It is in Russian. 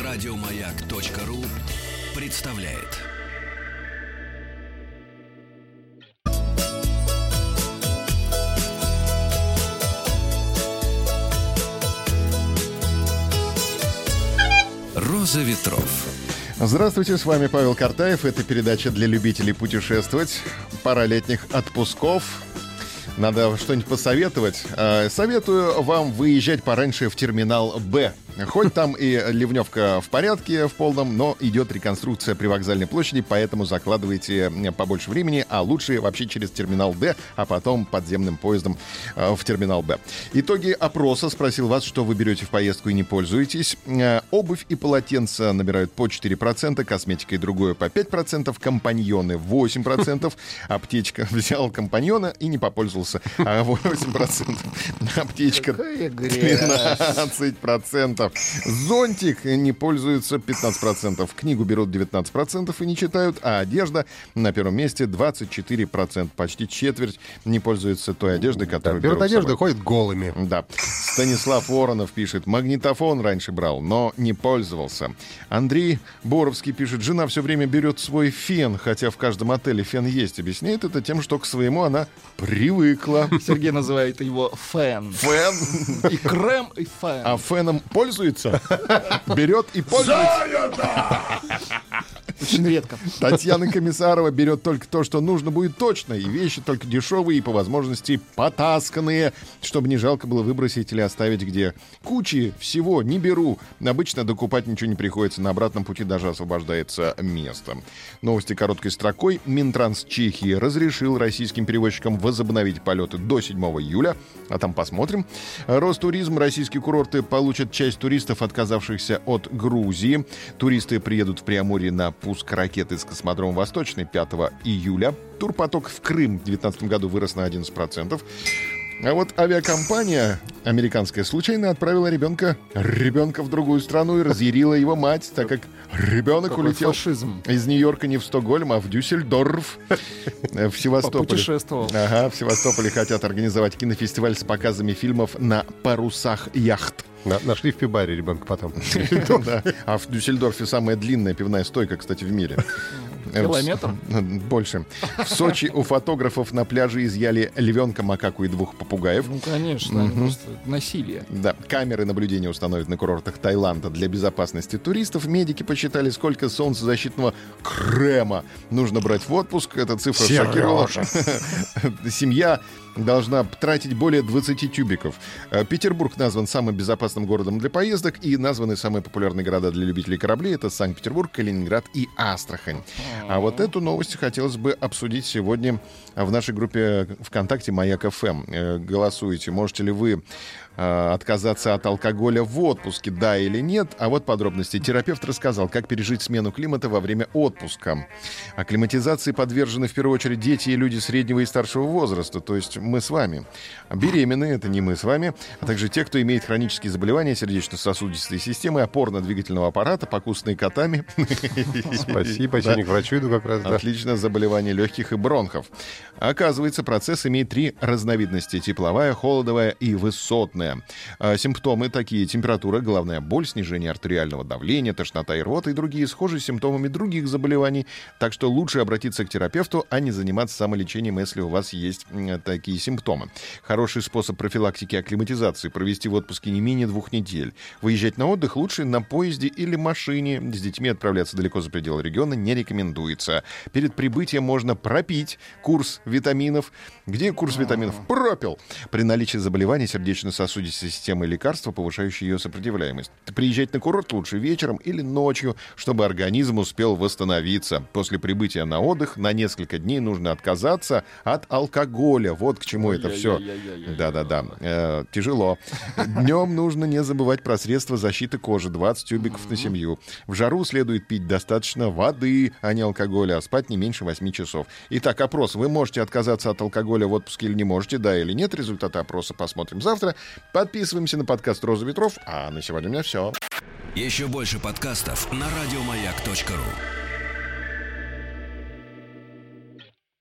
Радиомаяк.ру представляет. «Роза ветров». Здравствуйте, с вами Павел Картаев. Это передача для любителей путешествовать. Пора летних отпусков. Надо что-нибудь посоветовать. Советую вам выезжать пораньше в терминал «Б». Хоть там и ливневка в порядке в полном, но идет реконструкция привокзальной площади, поэтому закладывайте побольше времени, а лучше вообще через терминал «Д», а потом подземным поездом в терминал «Б». Итоги опроса. Спросил вас, что вы берете в поездку и не пользуетесь. Обувь и полотенца набирают по 4%, косметика и другое по 5%, компаньоны 8%. Аптечка взял компаньона и не попользовался, а 8%. Аптечка 13%. Зонтик не пользуется 15%. Книгу берут 19% и не читают, а одежда на первом месте 24%. Почти четверть не пользуется той одеждой, которую берут одежду и ходят голыми. Да. Станислав Воронов пишет: магнитофон раньше брал, но не пользовался. Андрей Боровский пишет: жена все время берет свой фен, хотя в каждом отеле фен есть. Объясняет это тем, что к своему она привыкла. Сергей называет его фен. Фен? И крем, и фен. А феном пользуется? Берет и пользуется? Очень редко. Татьяна Комиссарова берет только то, что нужно будет точно, и вещи только дешевые и по возможности потасканные, чтобы не жалко было выбросить или оставить где. Кучи всего не беру. Обычно докупать ничего не приходится, на обратном пути даже освобождается место. Новости короткой строкой. Минтранс Чехии разрешил российским перевозчикам возобновить полеты до 7 июля, а там посмотрим. Ростуризм. Российские курорты получат часть туристов, отказавшихся от Грузии. Туристы приедут в Преамурье на пуск ракеты с космодрома «Восточный» 5 июля. Турпоток в Крым в 2019 году вырос на 11%. А вот авиакомпания американская случайно отправила ребенка в другую страну и разъярила его мать, так как ребенок улетел из Нью-Йорка не в Стокгольм, а в Дюссельдорф. В Севастополе. Попутешествовал. Ага, в Севастополе хотят организовать кинофестиваль с показами фильмов на парусах яхт. Нашли в пивбаре ребенка потом. А в Дюссельдорфе самая длинная пивная стойка, кстати, в мире. Километр? Больше. В Сочи у фотографов на пляже изъяли львенка, макаку и 2 попугаев. Ну, конечно, просто насилие. Да, камеры наблюдения установят на курортах Таиланда для безопасности туристов. Медики посчитали, сколько солнцезащитного крема нужно брать в отпуск. Эта цифра шокировала. Семья должна тратить более 20 тюбиков. Петербург назван самым безопасным городом для поездок, и названы самые популярные города для любителей кораблей. Это Санкт-Петербург, Калининград и Астрахань. А вот эту новость хотелось бы обсудить сегодня в нашей группе ВКонтакте «Маяк ФМ». Голосуйте, можете ли вы отказаться от алкоголя в отпуске, да или нет. А вот подробности. Терапевт рассказал, как пережить смену климата во время отпуска. Акклиматизации подвержены в первую очередь дети и люди среднего и старшего возраста, то есть мы с вами. Беременные — это не мы с вами, а также те, кто имеет хронические заболевания сердечно-сосудистой системы, опорно-двигательного аппарата, покусанные котами. Спасибо, я к врачу иду как раз. Отлично, заболевания легких и бронхов. Оказывается, процесс имеет 3 разновидности: тепловая, холодовая и высотная. Симптомы такие: температура, головная боль, снижение артериального давления, тошнота и рвота и другие схожи с симптомами других заболеваний. Так что лучше обратиться к терапевту, а не заниматься самолечением, если у вас есть такие симптомы. Хороший способ профилактики акклиматизации — провести в отпуске не менее 2 недель. Выезжать на отдых лучше на поезде или машине. С детьми отправляться далеко за пределы региона не рекомендуется. Перед прибытием можно пропить курс витаминов. Где курс витаминов? Пропил! При наличии заболеваний сердечно-сосудистой системы и лекарства, повышающие ее сопротивляемость. Приезжать на курорт лучше вечером или ночью, чтобы организм успел восстановиться. После прибытия на отдых на несколько дней нужно отказаться от алкоголя. Вот к чему это все. Да-да-да. Тяжело. Днем нужно не забывать про средства защиты кожи. 20 тюбиков на семью. В жару следует пить достаточно воды, а не алкоголя, а спать не меньше 8 часов. Итак, опрос. Вы можете отказаться от алкоголя в отпуске или не можете? Да или нет? Результаты опроса посмотрим завтра. Подписываемся на подкаст «Роза ветров». А на сегодня у меня все. Еще больше подкастов на радиомаяк.ру.